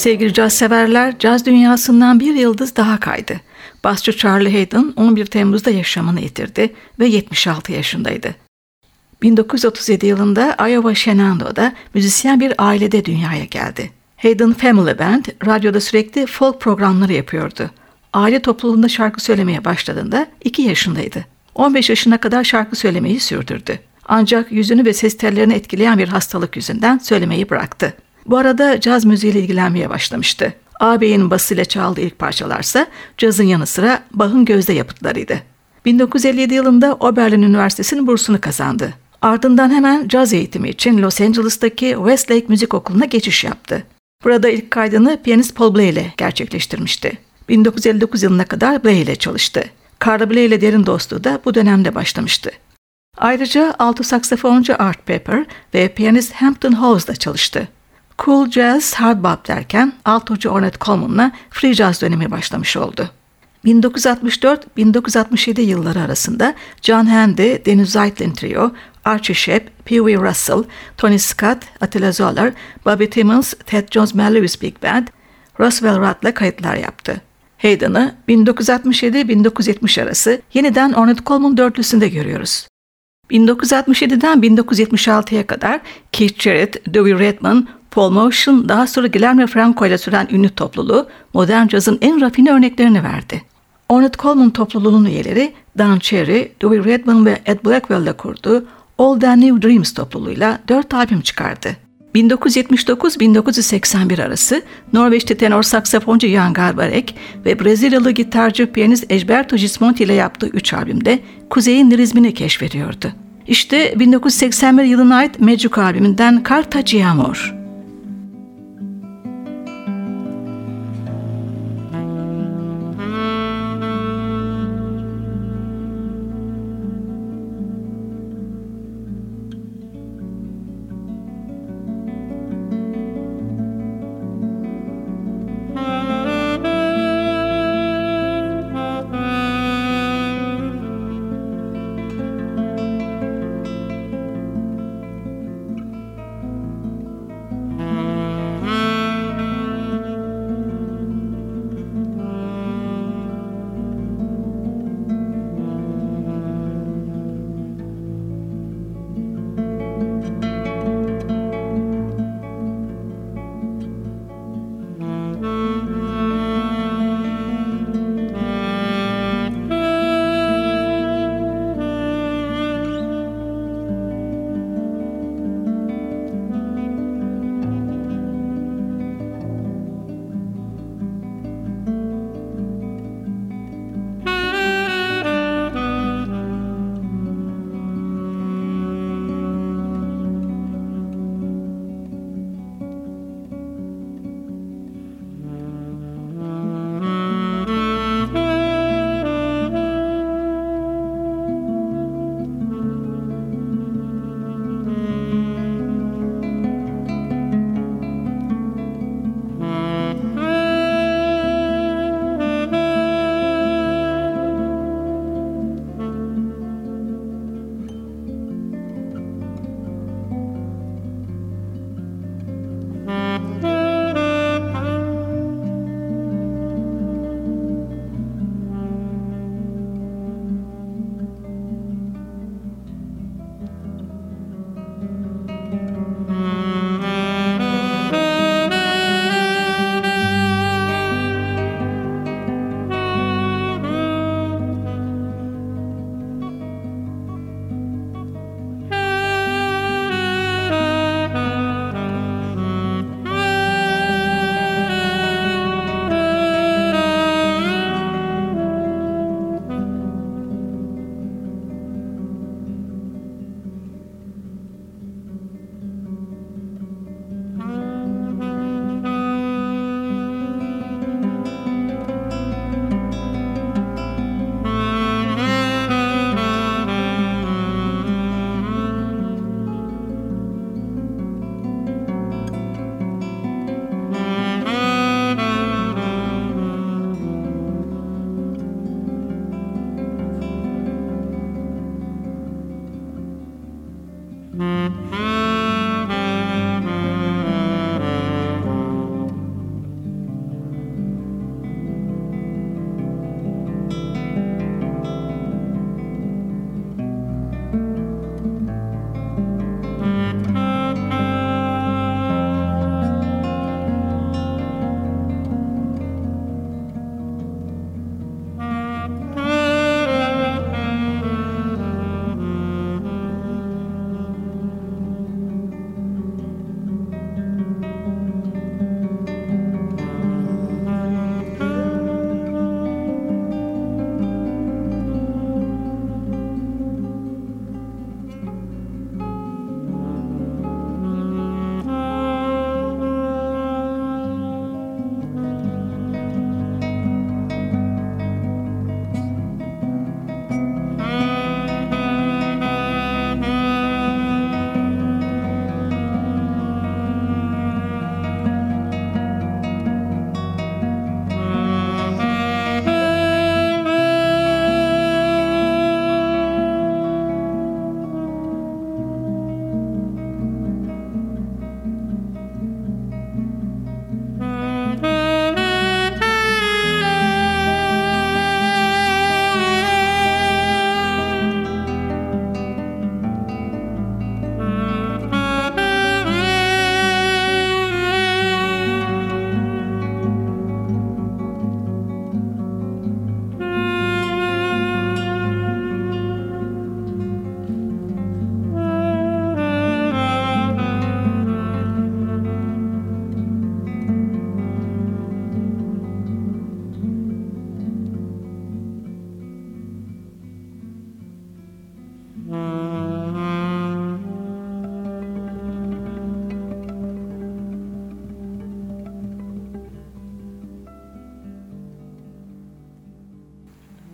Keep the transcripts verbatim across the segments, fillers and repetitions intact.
Sevgili caz severler, caz dünyasından bir yıldız daha kaydı. Basçı Charlie Haydn on bir Temmuz'da yaşamını yitirdi ve yetmiş altı yaşındaydı. bin dokuz yüz otuz yedi yılında Iowa Shenandoah'da müzisyen bir ailede dünyaya geldi. Haydn Family Band radyoda sürekli folk programları yapıyordu. Aile topluluğunda şarkı söylemeye başladığında iki yaşındaydı. on beş yaşına kadar şarkı söylemeyi sürdürdü. Ancak yüzünü ve ses tellerini etkileyen bir hastalık yüzünden söylemeyi bıraktı. Bu arada caz müziğiyle ilgilenmeye başlamıştı. Ağabeyinin basıyla çaldığı ilk parçalarsa cazın yanı sıra Bach'ın gözde yapıtlarıydı. bin dokuz yüz elli yedi yılında Oberlin Üniversitesi'nin bursunu kazandı. Ardından hemen caz eğitimi için Los Angeles'taki Westlake Müzik Okulu'na geçiş yaptı. Burada ilk kaydını piyanist Paul Bley ile gerçekleştirmişti. bin dokuz yüz elli dokuz yılına kadar Bley ile çalıştı. Carla Bley ile derin dostluğu da bu dönemde başlamıştı. Ayrıca alto saksafoncu Art Pepper ve piyanist Hampton Hawes'la çalıştı. Cool Jazz, Hard Bop derken altocu Ornette Coleman'la Free Jazz dönemi başlamış oldu. bin dokuz yüz altmış dört bin dokuz yüz altmış yedi yılları arasında John Handy, Dennis Zeitlin Trio, Archie Shepp, Pee Wee Russell, Tony Scott, Attila Zoller, Bobby Timmons, Ted Jones Malleus Big Band, Roswell Rudd'la kayıtlar yaptı. Haydn'ı bin dokuz yüz altmış yedi bin dokuz yüz yetmiş arası yeniden Ornette Coleman dörtlüsünde görüyoruz. bin dokuz yüz altmış yediden bin dokuz yüz yetmiş altıya kadar Keith Jarrett, Dewey Redman, Paul Motian, daha sonra Guillermo Franco ile süren ünlü topluluğu modern cazın en rafine örneklerini verdi. Ornette Coleman topluluğunun üyeleri Don Cherry, Dewey Redman ve Ed Blackwell ile kurduğu Old and New Dreams topluluğuyla dört albüm çıkardı. bin dokuz yüz yetmiş dokuz bin dokuz yüz seksen bir arası Norveçli tenor saksafoncu Jan Garbarek ve Brezilyalı gitarcı piyanist Egberto Gismonti ile yaptığı üç albümde Kuzey'in lirizmini keşfediyordu. İşte bin dokuz yüz seksen bir yılına ait Magic albümünden Carta de Amor.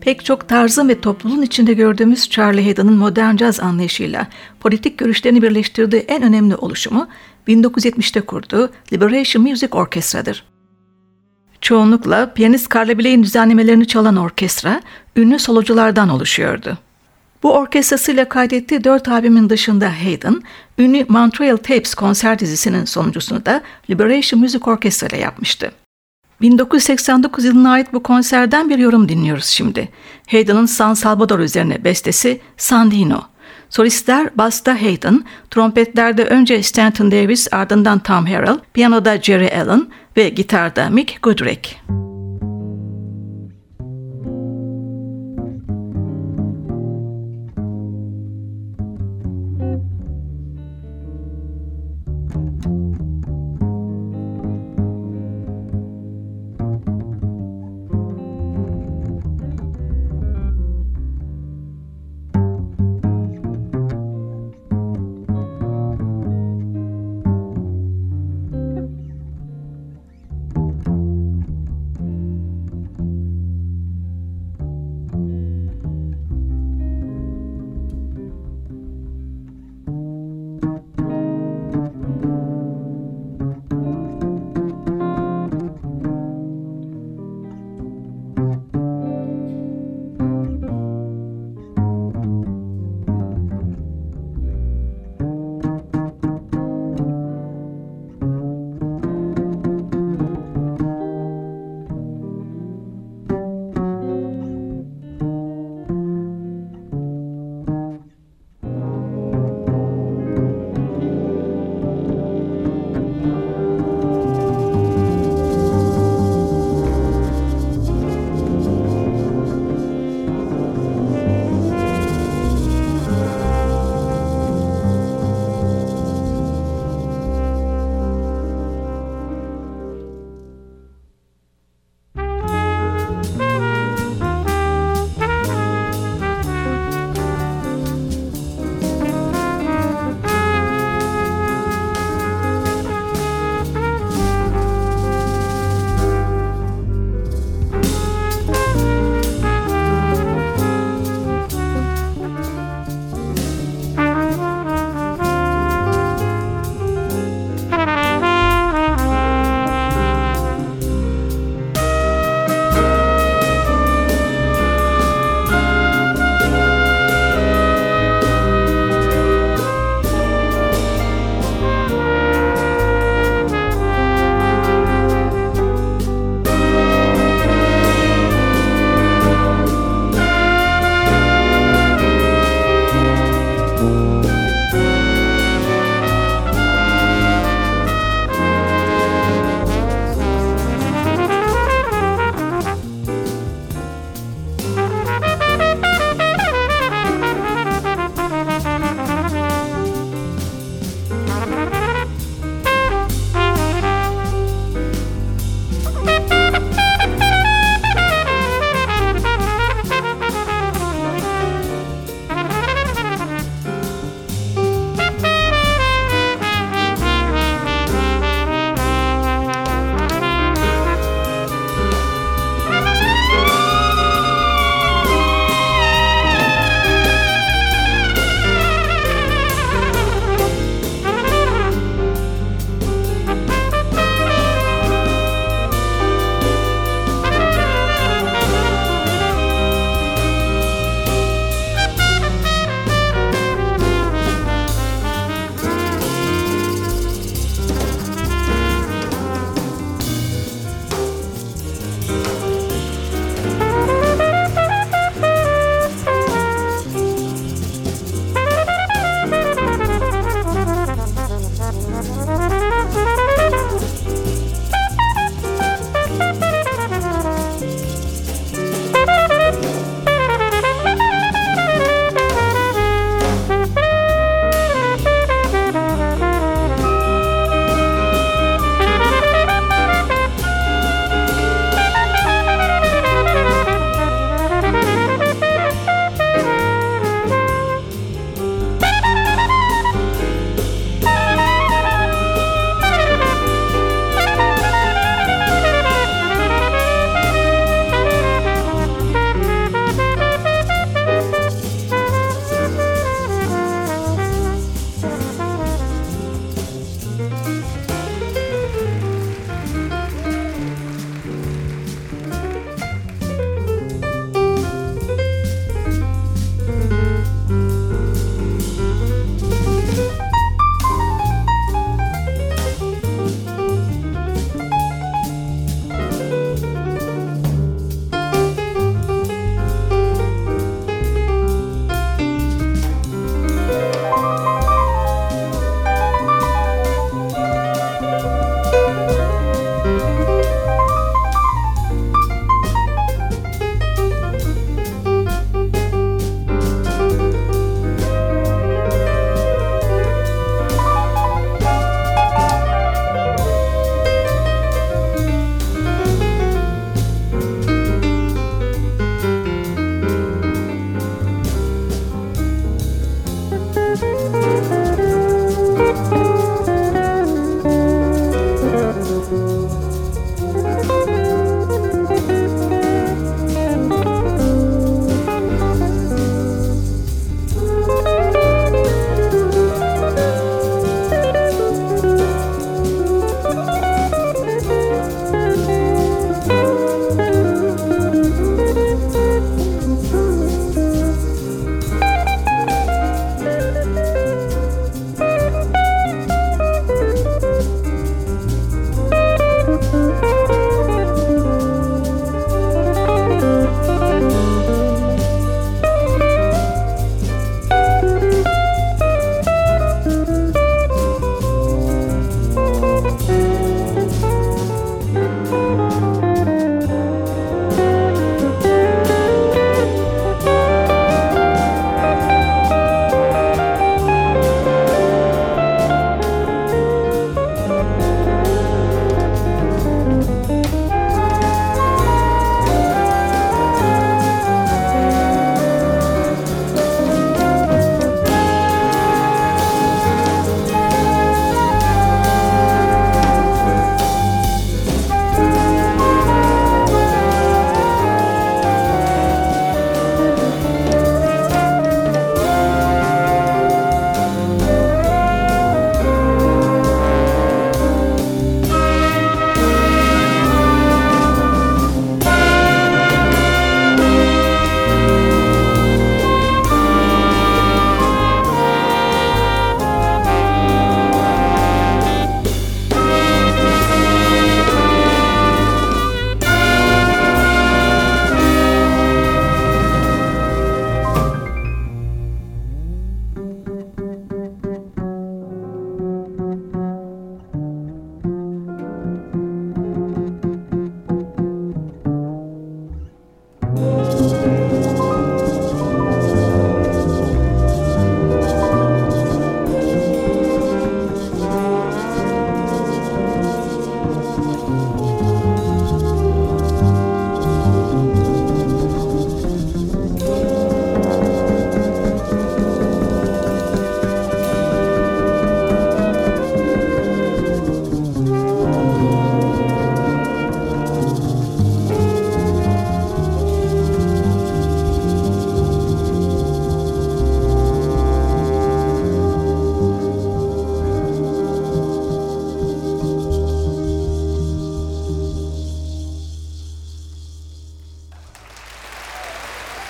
Pek çok tarzın ve topluluğun içinde gördüğümüz Charlie Haden'ın modern caz anlayışıyla politik görüşlerini birleştirdiği en önemli oluşumu bin dokuz yüz yetmişte kurduğu Liberation Music Orkestra'dır. Çoğunlukla piyanist Carla Bley'in düzenlemelerini çalan orkestra, ünlü soloculardan oluşuyordu. Bu orkestrasıyla kaydettiği dört albümün dışında Haden, ünlü Montreal Tapes konser dizisinin sonuncusunu da Liberation Music Orchestra ile yapmıştı. bin dokuz yüz seksen dokuz yılına ait bu konserden bir yorum dinliyoruz şimdi. Haden'ın San Salvador üzerine bestesi Sandino. Solistler basta Haden, trompetlerde önce Stanton Davis, ardından Tom Harrell, piyanoda Jerry Allen ve gitarda Mick Goodrick.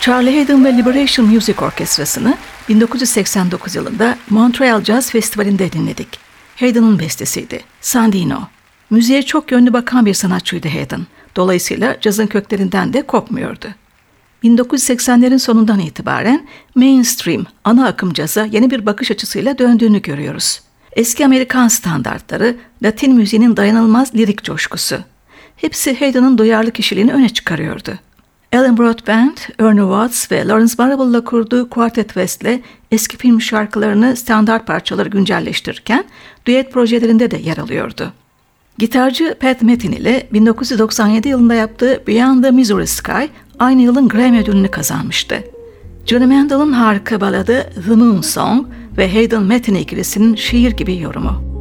Charlie Haydn ve Liberation Music Orkestrası'nı bin dokuz yüz seksen dokuz yılında Montreal Jazz Festivali'nde dinledik. Haydn'ın bestesiydi. Sandino. Müziğe çok yönlü bakan bir sanatçıydı Haydn. Dolayısıyla cazın köklerinden de kopmuyordu. bin dokuz yüz seksenlerin sonundan itibaren mainstream, ana akım caza yeni bir bakış açısıyla döndüğünü görüyoruz. Eski Amerikan standartları, Latin müziğinin dayanılmaz lirik coşkusu. Hepsi Haydn'ın duyarlı kişiliğini öne çıkarıyordu. Alan Broadbent, Ernie Watts ve Lawrence Marable'la kurduğu Quartet West'le eski film şarkılarını standart parçaları güncelleştirirken düet projelerinde de yer alıyordu. Gitarcı Pat Metheny ile bin dokuz yüz doksan yedi yılında yaptığı Beyond the Missouri Sky aynı yılın Grammy ödülünü kazanmıştı. Johnny Mandel'ın harika baladı The Moon Song ve Haydn Metheny ikilisinin şiir gibi yorumu.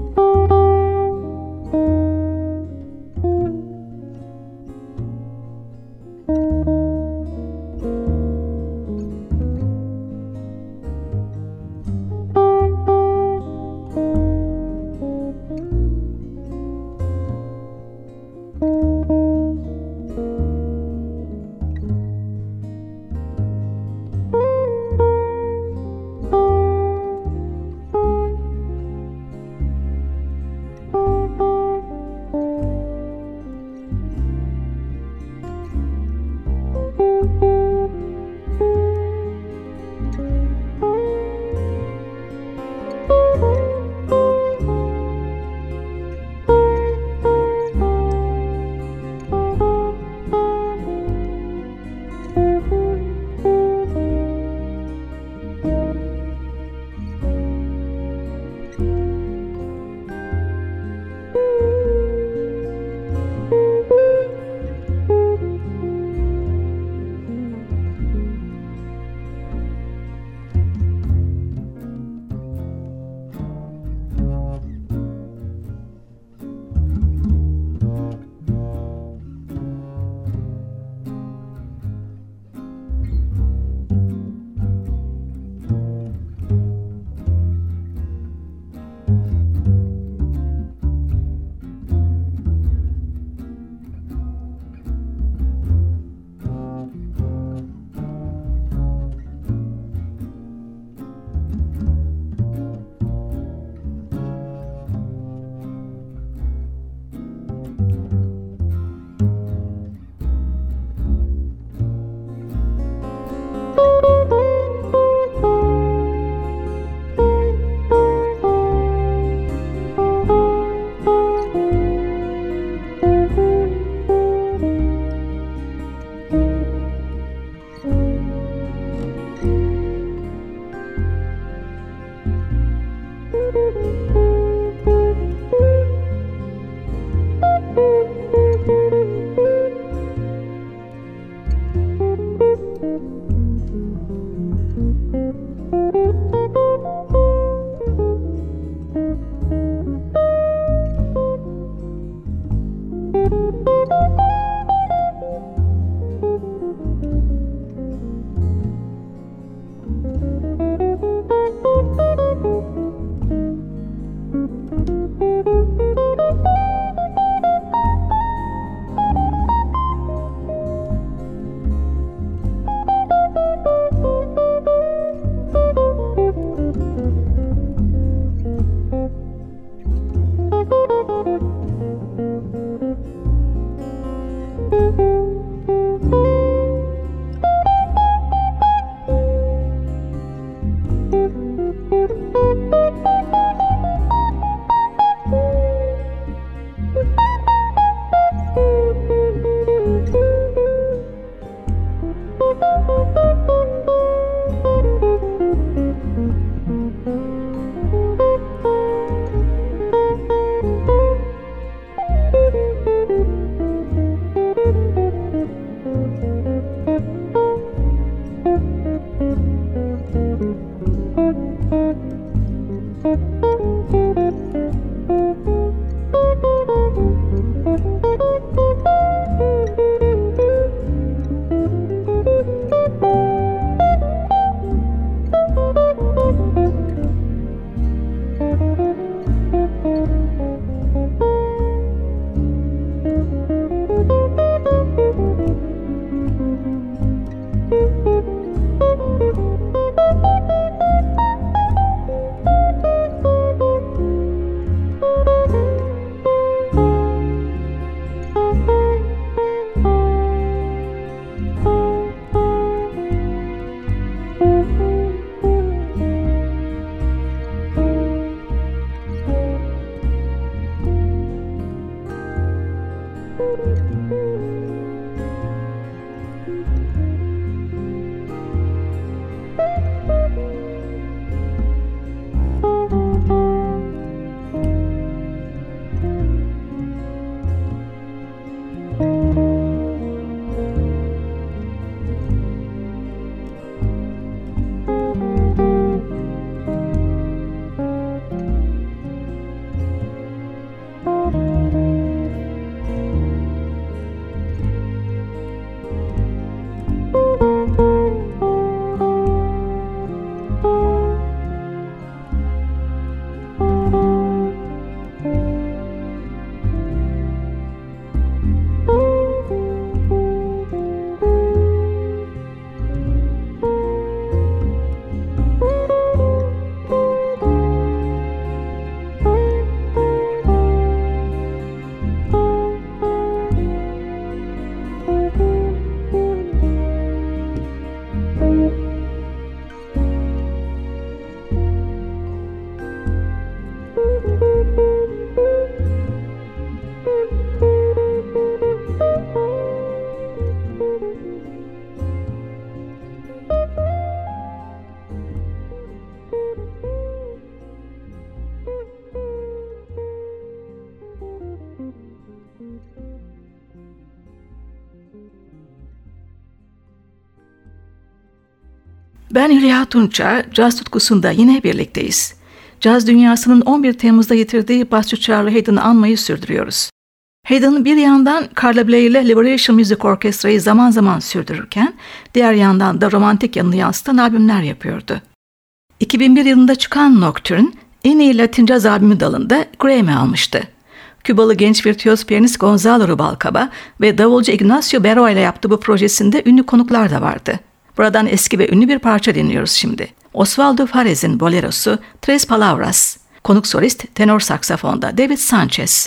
Ben Hülya Tunça, caz tutkusunda yine birlikteyiz. Caz dünyasının on bir Temmuz'da yitirdiği basçı Charlie Haden'ı anmayı sürdürüyoruz. Haden bir yandan Carla Bley ile Liberation Music Orchestra'yı zaman zaman sürdürürken, diğer yandan da romantik yanını yansıtan albümler yapıyordu. iki bin bir yılında çıkan Nocturne, en iyi Latin caz albümü dalında Grammy almıştı. Kübalı genç virtüöz piyanist Gonzalo Rubalcaba ve davulcu Ignacio Berro ile yaptığı bu projesinde ünlü konuklar da vardı. Buradan eski ve ünlü bir parça dinliyoruz şimdi. Osvaldo Fares'in bolerosu Tres Palabras. Konuk solist tenor saksafonda David Sanchez.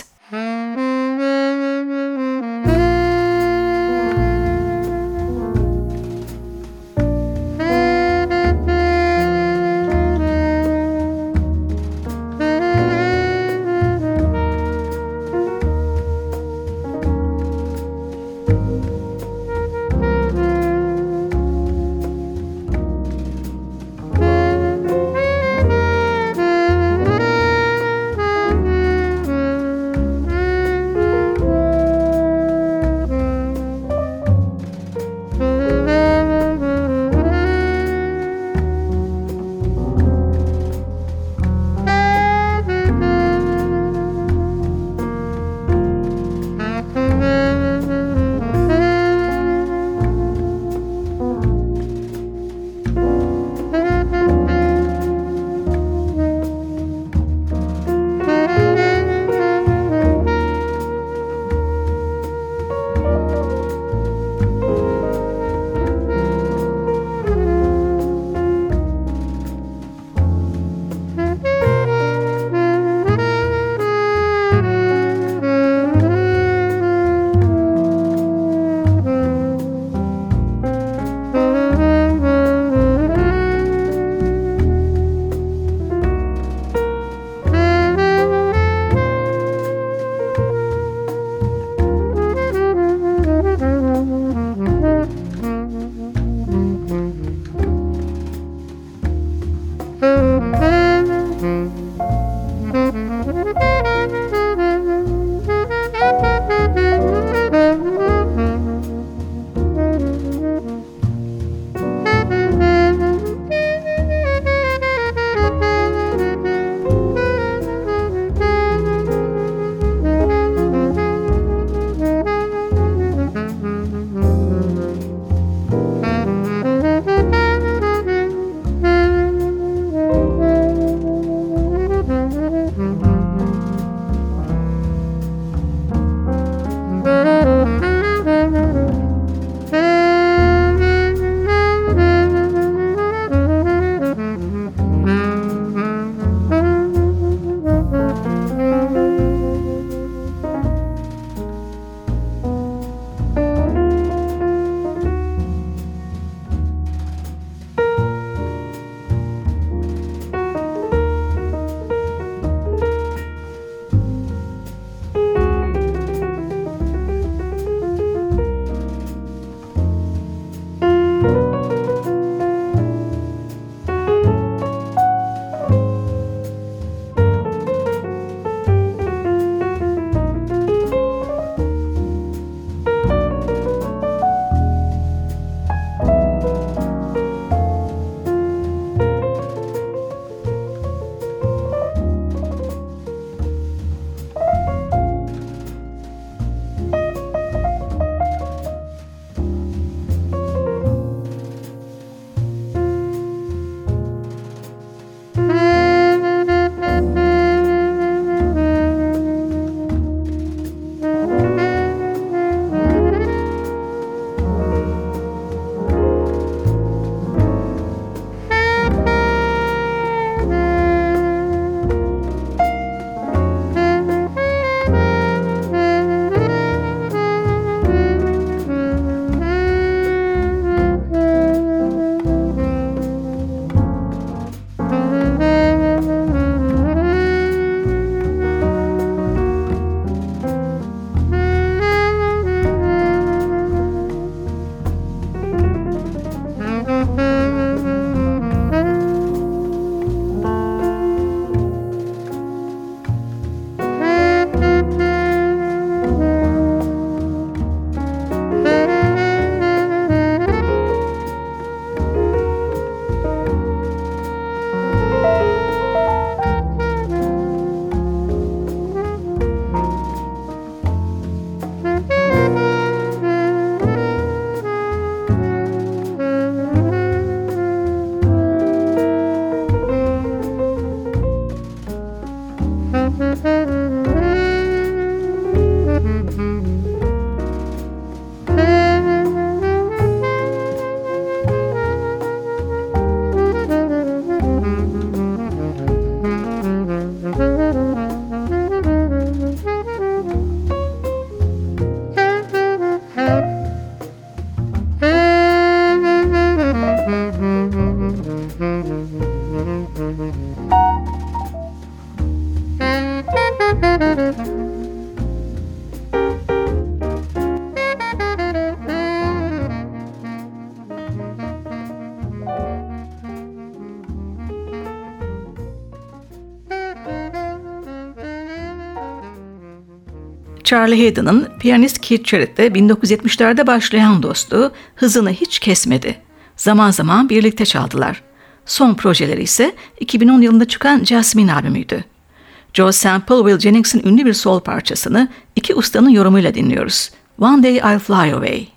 Charlie Haden'ın piyanist Keith Jarrett'le bin dokuz yüz yetmişlerde başlayan dostluğu hızını hiç kesmedi. Zaman zaman birlikte çaldılar. Son projeleri ise iki bin on yılında çıkan Jasmine albümüydü. Joe Sample, Will Jennings'in ünlü bir soul parçasını iki ustanın yorumuyla dinliyoruz. One Day I'll Fly Away.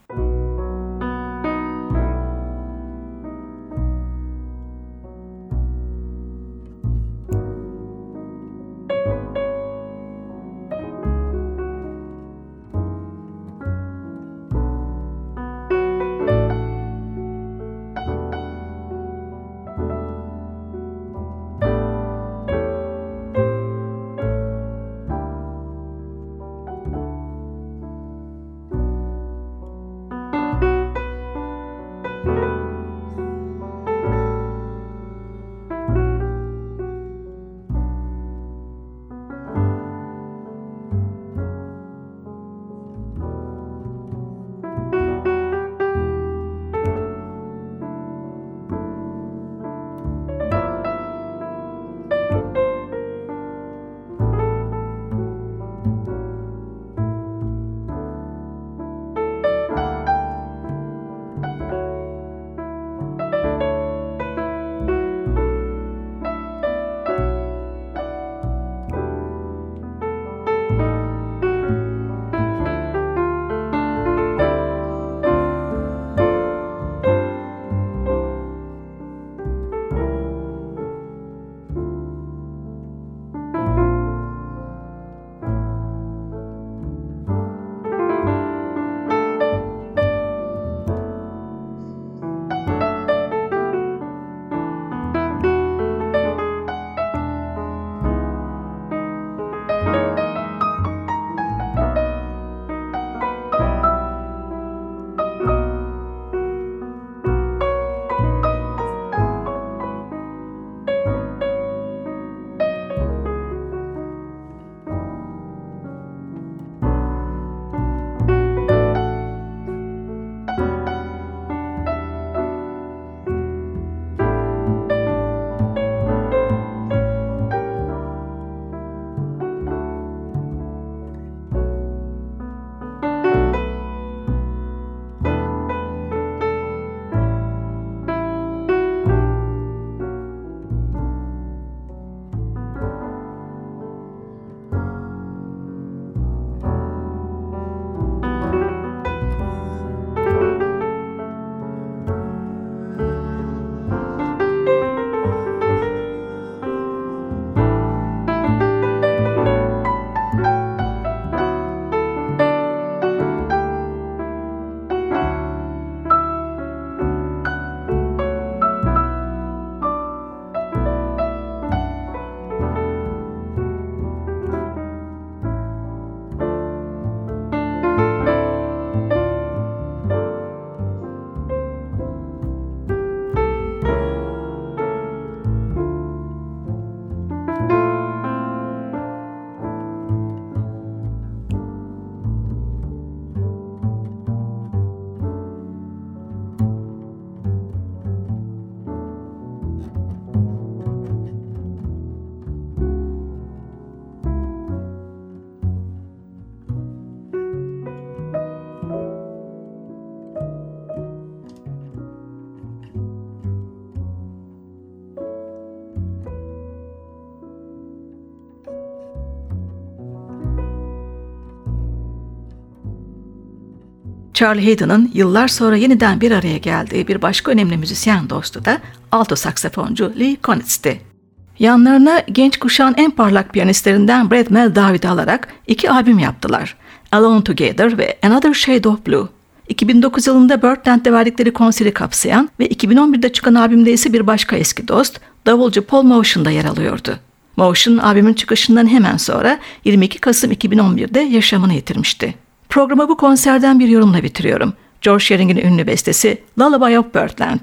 Charlie Haden'ın yıllar sonra yeniden bir araya geldiği bir başka önemli müzisyen dostu da alto saksafoncu Lee Konitz'ti. Yanlarına genç kuşağın en parlak piyanistlerinden Brad Meldavid'i alarak iki albüm yaptılar. Alone Together ve Another Shade of Blue. iki bin dokuz yılında Birdland'de verdikleri konseri kapsayan ve iki bin on birde çıkan albümde ise bir başka eski dost, davulcu Paul Motion'da yer alıyordu. Motion, albümün çıkışından hemen sonra yirmi iki Kasım iki bin on birde yaşamını yitirmişti. Programı bu konserden bir yorumla bitiriyorum. George Shearing'in ünlü bestesi Lullaby of Birdland.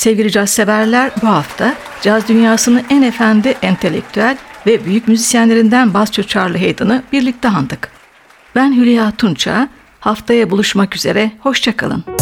Sevgili caz severler, bu hafta caz dünyasının en efendi, entelektüel ve büyük müzisyenlerinden basçı Charlie Haden'ı birlikte andık. Ben Hülya Tunça, haftaya buluşmak üzere, hoşça kalın.